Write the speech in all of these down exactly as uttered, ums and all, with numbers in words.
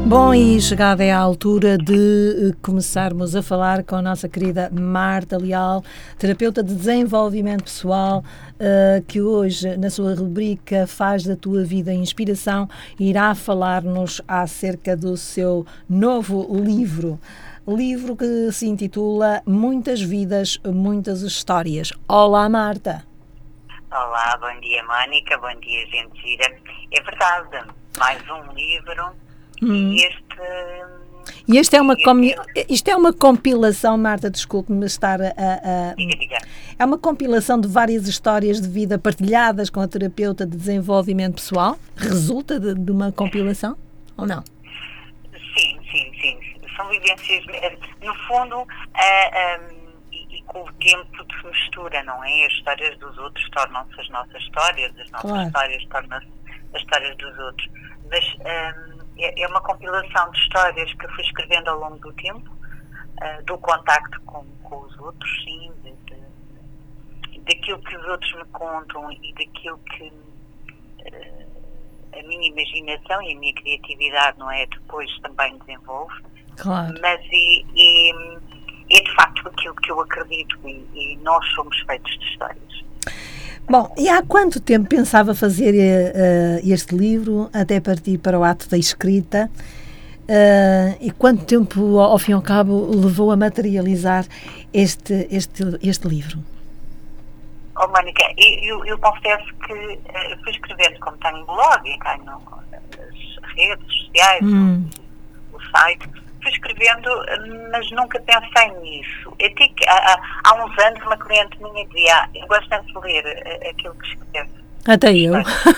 Bom, e chegada é a altura de começarmos a falar com a nossa querida Marta Leal, terapeuta de desenvolvimento pessoal, que hoje, na sua rubrica Faz da Tua Vida Inspiração, irá falar-nos acerca do seu novo livro. Livro que se intitula Muitas Vidas, Muitas Histórias. Olá, Marta. Olá, bom dia, Mónica, bom dia, gente gira. É verdade, mais um livro. Hum. E este... E este é uma este comi- é- isto é uma compilação, Marta, desculpe-me estar a, a- Diga, diga. É uma compilação de várias histórias de vida partilhadas com a terapeuta de desenvolvimento pessoal? Resulta de, de uma compilação ou não? Sim, sim, sim. São vivências, eh, no fundo, ah, ah, e, e com o tempo tudo se mistura, não é? As histórias dos outros tornam-se as nossas histórias, as nossas Claro. histórias tornam-se as histórias dos outros. Mas ah, é, é uma compilação de histórias que eu fui escrevendo ao longo do tempo, ah, do contacto com, com os outros, sim, de, de, daquilo que os outros me contam e daquilo que ah, a minha imaginação e a minha criatividade, não é, depois também desenvolve. Claro. Mas e, e, é de facto aquilo que eu acredito e, e nós somos feitos de histórias. Bom, e há quanto tempo pensava fazer uh, este livro até partir para o ato da escrita? Uh, e quanto tempo, ao fim e ao cabo, levou a materializar este, este, este livro? Oh, Mónica, eu, eu, eu confesso que uh, fui escrevendo, como tenho um blog e tenho as redes sociais, Hum. o, o site, fui escrevendo, mas nunca pensei nisso. Até que, há, há uns anos uma cliente minha dizia, ah, eu gosto tanto de ler uh, aquilo que escreve. Até eu.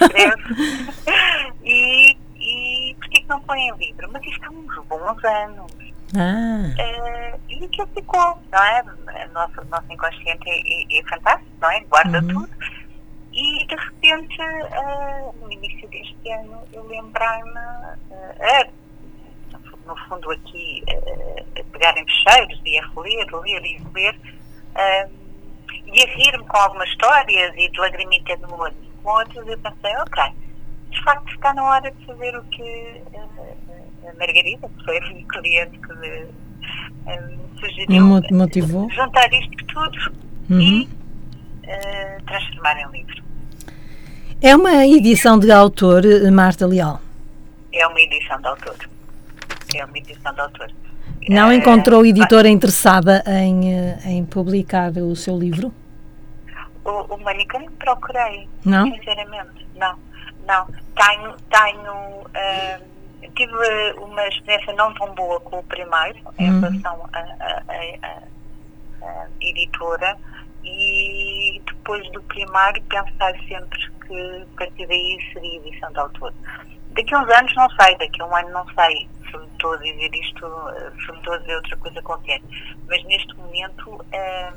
e, e porquê que não põe em livro? Mas isto há uns bons anos. Ah. Uh, e aquilo ficou, não é? O nosso, nosso inconsciente é, é, é fantástico, não é? Guarda Uhum. tudo. E de repente, uh, no início deste ano, eu lembrar-me, uh, uh, no fundo aqui, uh, a pegar em fecheiros e a reler, ler e reler, uh, e a rir-me com algumas histórias e de lagrimita no olho com outras, eu pensei, ok, de facto está na hora de fazer o que uh, a Margarida, que foi a minha cliente que me uh, sugeriu, Me motivou. juntar isto tudo Uhum. e uh, transformar em livro. É uma edição de autor, Marta Leal. É uma edição de autor. É uma edição de autor. Não Uh, encontrou editora interessada em, eh, em publicar o seu livro? O, o Mónica, não procurei, Não? sinceramente, não, não, tenho, tenho, uh, tive uma experiência não tão boa com o primeiro, em Uhum. relação à a, a, a, a editora, e depois do primeiro pensei sempre que a partir daí seria edição de autor. Daqui a uns anos não sei, daqui a um ano não sei se me estou a dizer isto, se me estou a dizer outra coisa qualquer, mas neste momento uh,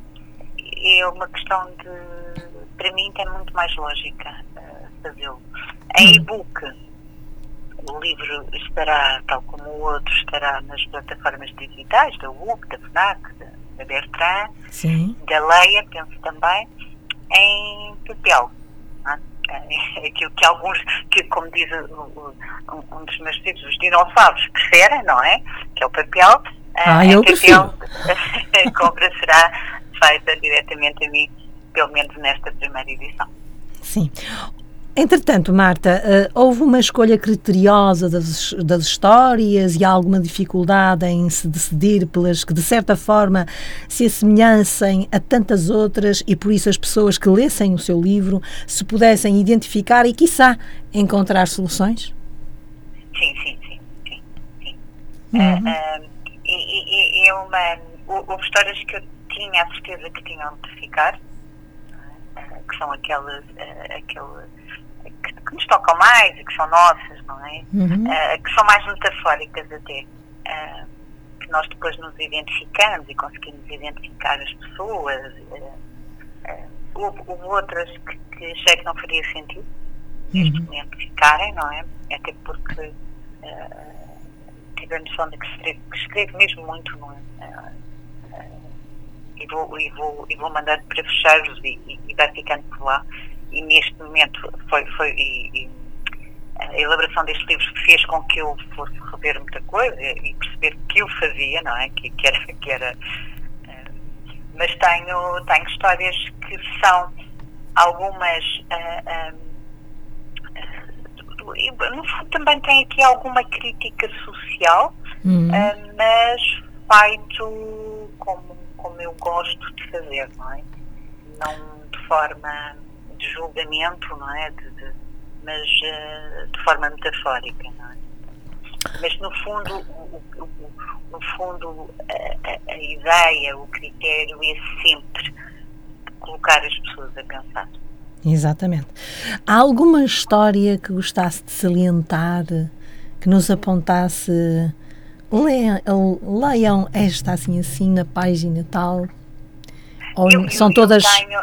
é uma questão de, para mim tem muito mais lógica uh, fazê-lo. Em e-book, o livro estará, tal como o outro, estará nas plataformas digitais, da U C, da FNAC, da, da Bertrand, Sim. da Leia, penso também, em papel. Não é? É aquilo que alguns, que como diz o, o, um, um dos meus filhos, os dinossauros preferem, não é? Que é o papel. Ah, em eu papel, a compra será feita diretamente a mim, pelo menos nesta primeira edição. Sim. Entretanto, Marta, uh, houve uma escolha criteriosa das, das histórias e há alguma dificuldade em se decidir pelas que, de certa forma, se assemelhassem a tantas outras e, por isso, as pessoas que lessem o seu livro se pudessem identificar e, quiçá, encontrar soluções? Sim, sim, sim. sim, sim. Uhum. Uh, uh, e, e, e uma, houve histórias que eu tinha a certeza que tinham de ficar, uh, que são aquelas, uh, aquele, que, que nos tocam mais e que são nossas, não é? Uhum. Uh, que são mais metafóricas até, uh, que nós depois nos identificamos e conseguimos identificar as pessoas. Uh, uh, houve, houve outras que, que achei que não faria sentido neste Uhum. momento ficarem, não é? Até porque uh, tive a noção de que escrevo, que escrevo mesmo muito, não é? Uh, uh, e, vou, e, vou, e vou mandando para fecheiros e, e, e vai ficando por lá. E neste momento foi, foi e, e, a elaboração deste livro fez com que eu fosse rever muita coisa e perceber que eu fazia, não é? Que, que era... Que era mas tenho, tenho histórias que são algumas... Uh, uh, no fundo também tem aqui alguma crítica social, uhum. uh, mas feito como, como eu gosto de fazer, não é? Não de forma de julgamento, não é? De, de, mas uh, de forma metafórica, não é? Mas no fundo, o, o, no fundo a, a, a ideia, o critério é sempre colocar as pessoas a pensar. Exatamente. Há alguma história que gostasse de salientar, que nos apontasse, leiam, leiam esta assim assim na página tal? Ou eu, são eu, todas... Eu tenho,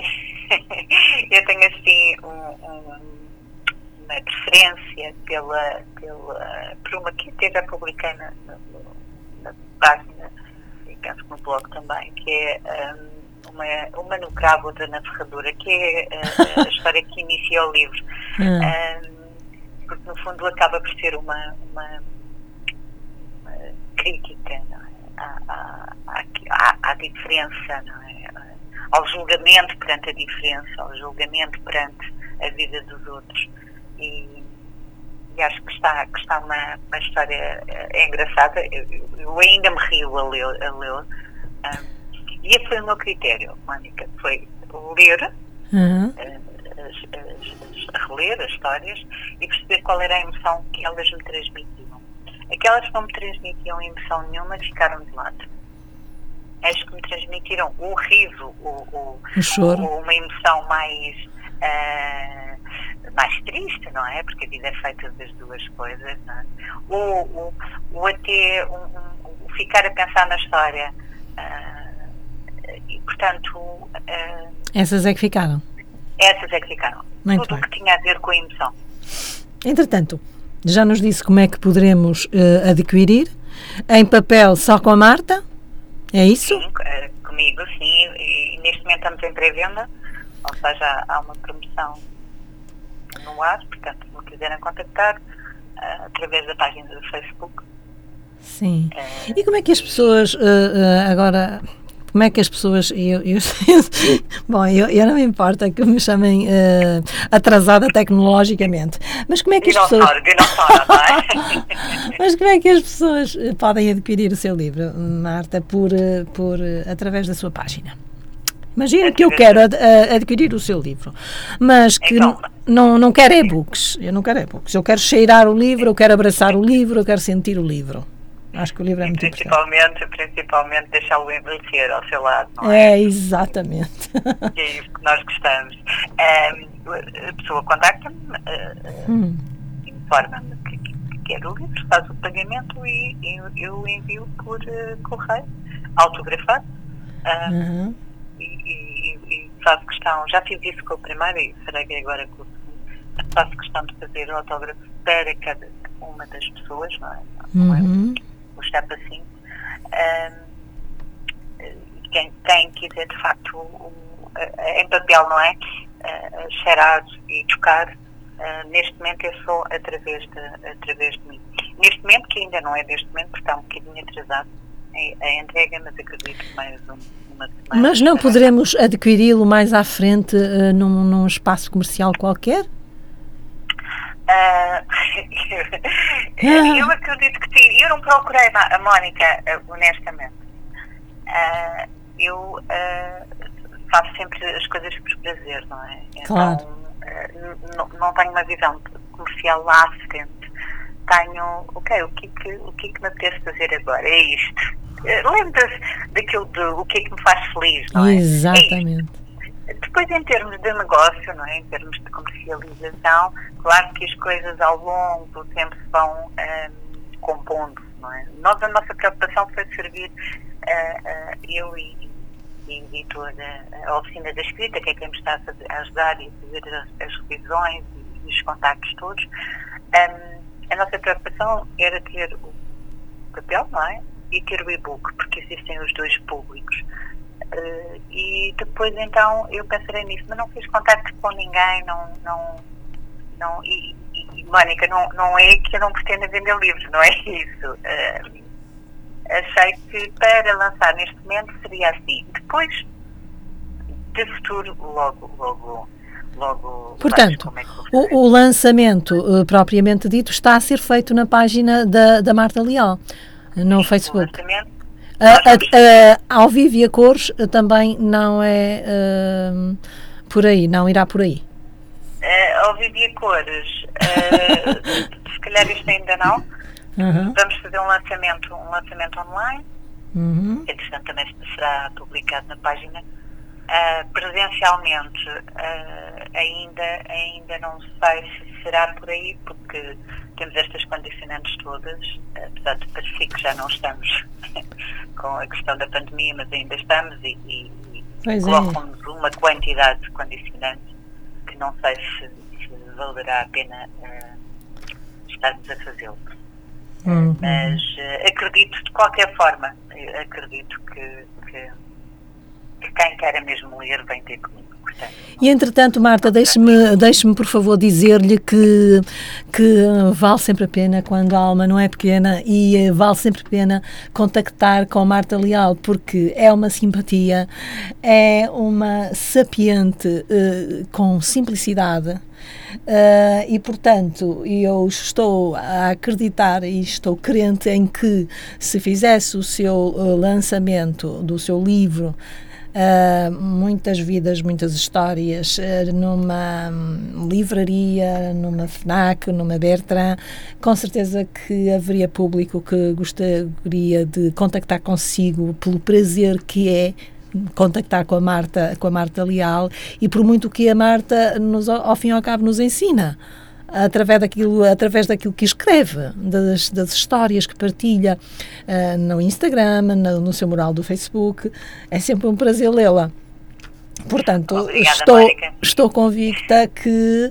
eu tenho assim um, um uma preferência pela, pela, por uma que até já publiquei na, na, na página, e penso que no blog também, que é um, uma, uma no cravo, outra na ferradura, que é a, a história que inicia o livro. Hum. Um, porque no fundo acaba por ser uma, uma, uma crítica, não é? à, à, à, à diferença, não é? Ao julgamento perante a diferença, ao julgamento perante a vida dos outros. E, e acho que está, que está uma, uma história é engraçada. Eu, eu ainda me rio a ler, a ler. Um, e esse foi o meu critério, Mónica, foi ler, uhum. as, as, as, reler as histórias e perceber qual era a emoção que elas me transmitiam. Aquelas que não me transmitiam emoção nenhuma ficaram de lado. As que me transmitiram o riso, o, o, o choro, o, uma emoção mais... Uh, mais triste, não é? Porque a vida é feita das duas coisas, não é? Ou, ou, ou até um, um, ficar a pensar na história. Uh, e, portanto... Uh, essas é que ficaram? Essas é que ficaram. Muito Tudo o bem. que tinha a ver com a emoção. Entretanto, já nos disse como é que poderemos uh, adquirir. Em papel só com a Marta? É isso? Sim, uh, comigo, sim. E, e neste momento estamos em pré-venda. Ou seja, há uma promoção no ar, portanto, se me quiserem contactar, uh, através da página do Facebook. Sim. Uh, e como é que as pessoas, uh, uh, agora, como é que as pessoas, eu, eu, bom, eu, eu não me importa que me chamem uh, atrasada tecnologicamente, mas como é que as pessoas... Dinossauro, não é? Mas como é que as pessoas podem adquirir o seu livro, Marta, por, por, através da sua página? Imagina que eu quero ad, a, adquirir o seu livro, mas que então, não, não quero e-books. Eu não quero e-books. Eu quero cheirar o livro, eu quero abraçar o livro, eu quero sentir o livro. Acho que o livro é muito principalmente, importante. Principalmente deixá-lo envelhecer ao seu lado, não é? É, exatamente. E é isso que nós gostamos. Um, a pessoa contacta-me, uh, hum. informa-me que, que quer o livro, faz o pagamento e, e eu envio por uh, correio, autografado. Uh, uhum. E, e, e faço questão, já fiz isso com o primeiro e farei agora com o segundo, faço questão de fazer o autógrafo para cada uma das pessoas, não é? Não uhum. é o estampa assim. Um, quem, quem quiser de facto o, o, em papel, não é? Uh, cheirar e tocar, uh, neste momento é só através de, através de mim. Neste momento, que ainda não é neste momento, porque está um bocadinho atrasado a entrega, mas acredito que mais um Mas não poderemos adquiri-lo mais à frente uh, num, num espaço comercial qualquer? Uh, eu, eu acredito que sim. Eu não procurei a Mónica, uh, honestamente. Uh, eu uh, faço sempre as coisas por prazer, não é? Claro. Então, uh, não, não tenho uma visão comercial lá à frente. Tenho, ok, o que, que, o que é que me apetece fazer agora? É isto. Lembra-se daquilo de o que é que me faz feliz, não é? Exatamente. É Depois, em termos de negócio, não é? Em termos de comercialização, claro que as coisas ao longo do tempo se vão um, compondo, não é? Nós, a nossa preocupação foi servir uh, uh, eu e, e o editor a, a oficina da escrita, que é quem me está a, fazer, a ajudar e a fazer as, as revisões e, e os contactos todos. Um, a nossa preocupação era ter o papel, não é? E ter o e-book, porque existem os dois públicos. Uh, e depois, então, eu pensarei nisso, mas não fiz contacto com ninguém, não, não, não, e, e, Mónica, não, não é que eu não pretenda vender livros, não é isso. Uh, achei que para lançar neste momento seria assim. Depois, de futuro, logo, logo, logo... Portanto, como é que o, o lançamento uh, propriamente dito está a ser feito na página da, da Marta Leal, no Sim, Facebook. O lançamento, A, a, a, ao vivo e a cores também não é uh, por aí, não irá por aí. Uh, ao vivo e a cores, uh, se calhar isto ainda não. Uhum. Vamos fazer um lançamento, um lançamento online. Uhum. Entretanto, também será publicado na página. Uh, presencialmente, uh, ainda, ainda não sei se será por aí, porque temos estas condicionantes todas, apesar de parecer que já não estamos com a questão da pandemia, mas ainda estamos e, e, e colocam-nos é. uma quantidade de condicionantes que não sei se, se valerá a pena uh, estarmos a fazê-lo. Uhum. Mas uh, acredito, de qualquer forma, acredito que, que, que quem queira mesmo ler vem ter comigo. Portanto, e entretanto, Marta, deixe-me, deixe-me por favor dizer-lhe que, que vale sempre a pena quando a alma não é pequena e vale sempre a pena contactar com Marta Leal, porque é uma simpatia, é uma sapiente uh, com simplicidade. Uh, e portanto eu estou a acreditar e estou crente em que se fizesse o seu uh, lançamento do seu livro Uh, muitas vidas, muitas histórias uh, numa um, livraria, numa FNAC, numa Bertrand, com certeza que haveria público que gostaria de contactar consigo pelo prazer que é contactar com a Marta, com a Marta Leal, e por muito que a Marta nos, ao fim e ao cabo nos ensina através daquilo, através daquilo que escreve, das, das histórias que partilha uh, no Instagram, no, no seu mural do Facebook. É sempre um prazer lê-la. Portanto, Obrigada, estou, estou convicta que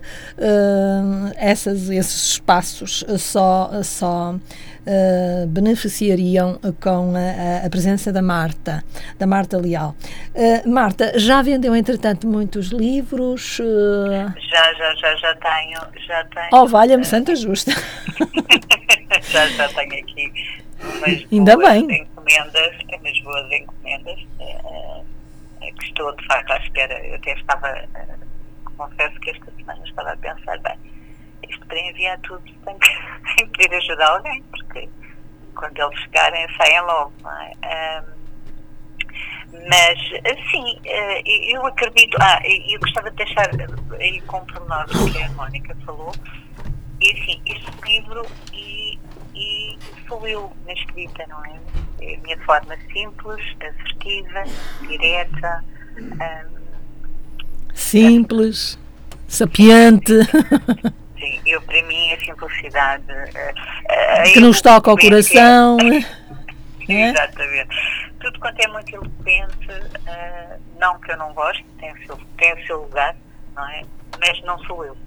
uh, essas, esses espaços só, só uh, beneficiariam com a, a presença da Marta, da Marta Leal. Uh, Marta, já vendeu, entretanto, muitos livros? Uh... Já, já, já, já tenho. Já tenho oh, valha-me Santa Justa! já, já tenho aqui umas Ainda boas bem. encomendas, umas boas encomendas. Uh, que estou de facto à espera. Eu até estava, uh, confesso que esta semana estava a pensar, bem, isto para enviar tudo tem que, tem que ir ajudar alguém, porque quando eles chegarem saem logo, não é? Um, mas, assim, uh, eu acredito, ah, eu gostava de deixar aí com o pormenor que a Mónica falou, e assim, este livro e, e sou eu na escrita, não é? É a minha forma simples, assertiva, direta. Um, simples, sapiente. Sim, eu para mim a simplicidade. Uh, uh, que nos toca ao coração. É? Exatamente. Tudo quanto é muito eloquente, uh, não que eu não goste, tem o, seu, tem o seu lugar, não é? Mas não sou eu.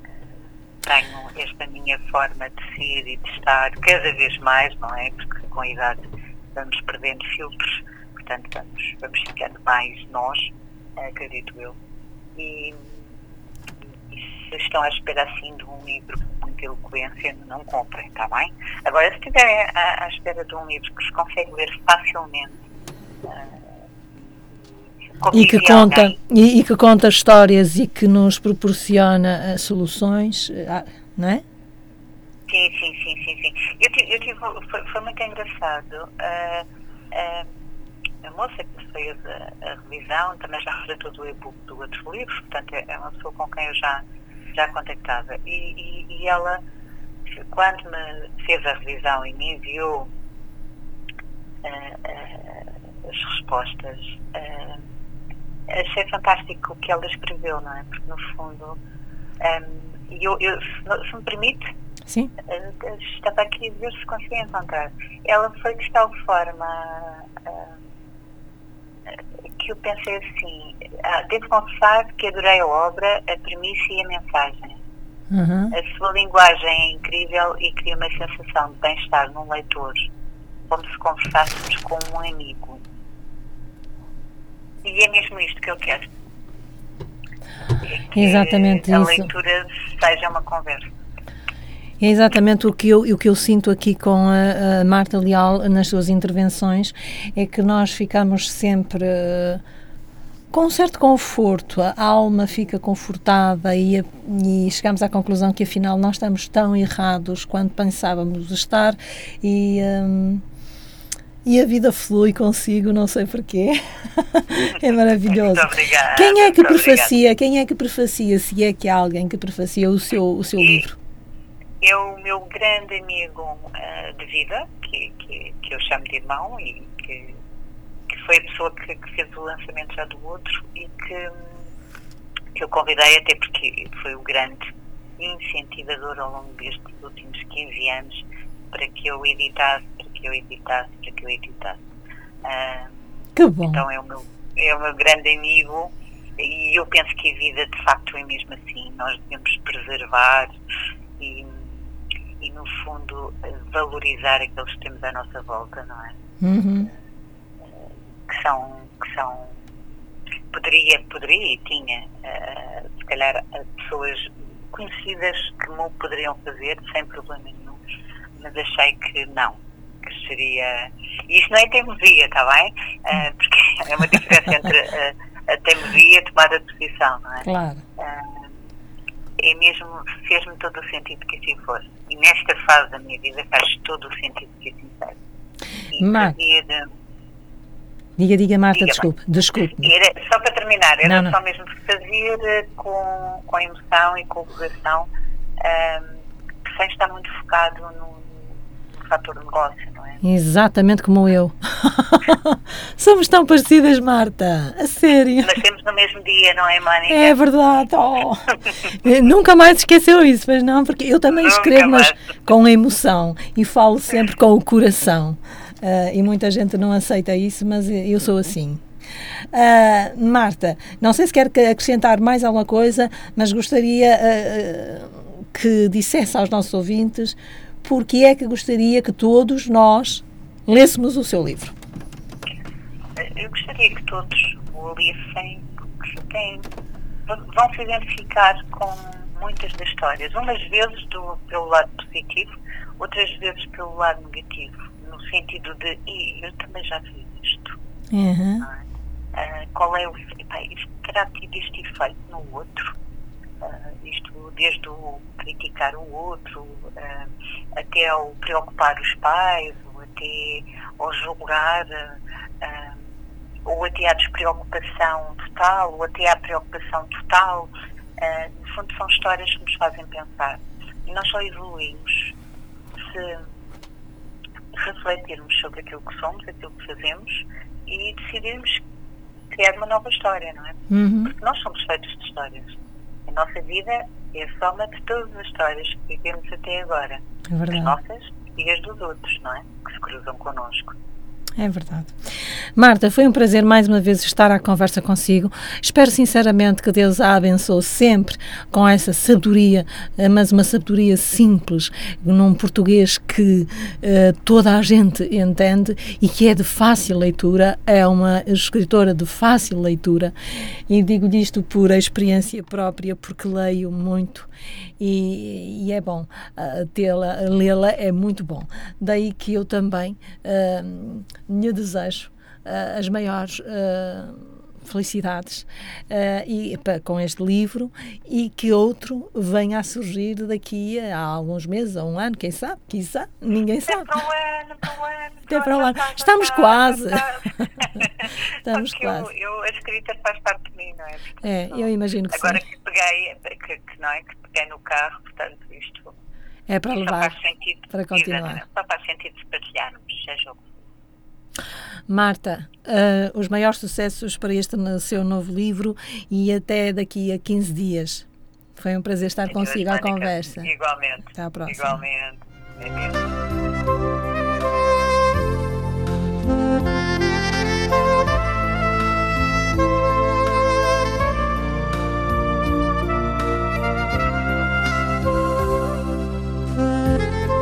Tenho esta minha forma de ser e de estar cada vez mais, não é? Porque com a idade vamos perdendo filtros, portanto vamos, vamos ficando mais nós, acredito eu. E, e se estão à espera assim de um livro com muita eloquência, não comprem, está bem? Agora, se estiverem à, à espera de um livro que se consegue ler facilmente, uh, e, que conta, e, e que conta histórias e que nos proporciona uh, soluções, uh, não é? Sim, sim, sim, sim, sim. Eu tive, eu tive foi, foi muito engraçado. Uh, uh, a moça que fez a, a revisão também já representou do e-book do outro livro, portanto é uma pessoa com quem eu já, já contactava. E, e, e ela, quando me fez a revisão e me enviou uh, uh, as respostas, uh, achei fantástico o que ela escreveu, não é? Porque no fundo, um, eu, eu, se, se me permite, sim. Uh, estava aqui a ver se conseguia encontrar. Ela foi de tal forma uh, que eu pensei assim, uh, devo confessar que adorei a obra, a premissa e a mensagem. Uhum. A sua linguagem é incrível e cria uma sensação de bem-estar num leitor, como se conversássemos com um amigo. E é mesmo isto que eu quero. É que exatamente a isso. leitura seja uma conversa. É exatamente o que eu, o que eu sinto aqui com a, a Marta Leal nas suas intervenções, é que nós ficamos sempre uh, com um certo conforto, a alma fica confortada e, a, e chegamos à conclusão que afinal não estamos tão errados quando pensávamos estar e, um, e a vida flui consigo, não sei porquê. É maravilhoso. Muito obrigada. Quem é que muito prefacia, obrigada. quem é que prefacia, se é que há alguém que prefacia o seu, o seu E, livro? É o meu grande amigo uh, de vida, que, que, que eu chamo de irmão, e que, que foi a pessoa que, que fez o lançamento já do outro e que, que eu convidei até porque foi o grande incentivador ao longo destes últimos quinze anos para que eu editasse, para que eu editasse, para que eu editasse. Uh, que bom! Então é o, meu, é o meu grande amigo e eu penso que a vida de facto é mesmo assim, nós devemos preservar e e no fundo valorizar aqueles que temos à nossa volta, não é? Uhum. Que são, que são poderia, poderia e tinha uh, se calhar pessoas conhecidas que me poderiam fazer sem problema nenhum, mas achei que não, que seria, e isto não é teimosia, está bem? Uh, porque é uma diferença entre uh, a teimosia e a tomada de posição, não é? Claro. Uh, é mesmo, fez-me todo o sentido que assim fosse. E nesta fase da minha vida faz todo o sentido que assim seja. E Mar... de... Diga, diga, Marta, diga, desculpe, desculpe. Era, só para terminar, era não, não. só mesmo fazer com, com emoção e com o coração, um, sem estar muito focado no, no fator negócio, não é? Exatamente como eu. Somos tão parecidas, Marta, a sério. Nascemos no mesmo dia, não é, Mónica? É verdade. Oh. Nunca mais esqueceu isso, mas não, porque eu também Nunca escrevo, mas mais. com emoção e falo sempre com o coração. Uh, e muita gente não aceita isso, mas eu sou assim. Uh, Marta, não sei se quer acrescentar mais alguma coisa, mas gostaria uh, que dissesse aos nossos ouvintes porque é que gostaria que todos nós lêssemos o seu livro. Eu gostaria que todos o lessem, porque têm, vão se identificar com muitas das histórias, umas vezes do, pelo lado positivo, outras vezes pelo lado negativo, no sentido de, e eu também já fiz isto. Uhum. Uh, qual é o, epá, isto terá tido este efeito no outro? Uh, isto desde o criticar o outro, uh, até ao preocupar os pais, ou até ao julgar, uh, ou até à despreocupação total, ou até à preocupação total. Uh, no fundo são histórias que nos fazem pensar. E nós só evoluímos se refletirmos sobre aquilo que somos, aquilo que fazemos e decidirmos criar uma nova história, não é? Uhum. Porque nós somos feitos de histórias. A nossa vida é a soma de todas as histórias que vivemos até agora. É verdade. As nossas e as dos outros, não é? Que se cruzam connosco. É verdade. Marta, foi um prazer mais uma vez estar à conversa consigo. Espero sinceramente que Deus a abençoe sempre com essa sabedoria, mas uma sabedoria simples, num português que uh, toda a gente entende e que é de fácil leitura. É uma escritora de fácil leitura e digo-lhe isto por experiência própria, porque leio muito e, e é bom uh, tê-la, lê-la é muito bom. Daí que eu também uh, lhe desejo uh, as maiores uh, felicidades uh, e, pá, com este livro e que outro venha a surgir daqui a alguns meses, a um ano, quem sabe, quiçá, ninguém sabe. Até para o ano, para o ano. Até para o ano. Estamos quase. Estamos Porque quase. Eu, eu, a escrita faz parte de mim, não é? Portanto, é, eu imagino que agora sim. que peguei, que, que, não é, que peguei no carro, portanto, isto é para levar, faz sentido, para continuar. Só faz sentido se partilharmos, seja o que for. Marta, uh, os maiores sucessos para este seu novo livro e até daqui a quinze dias. Foi um prazer estar consigo à conversa. Igualmente. Até à próxima. Igualmente. É mesmo.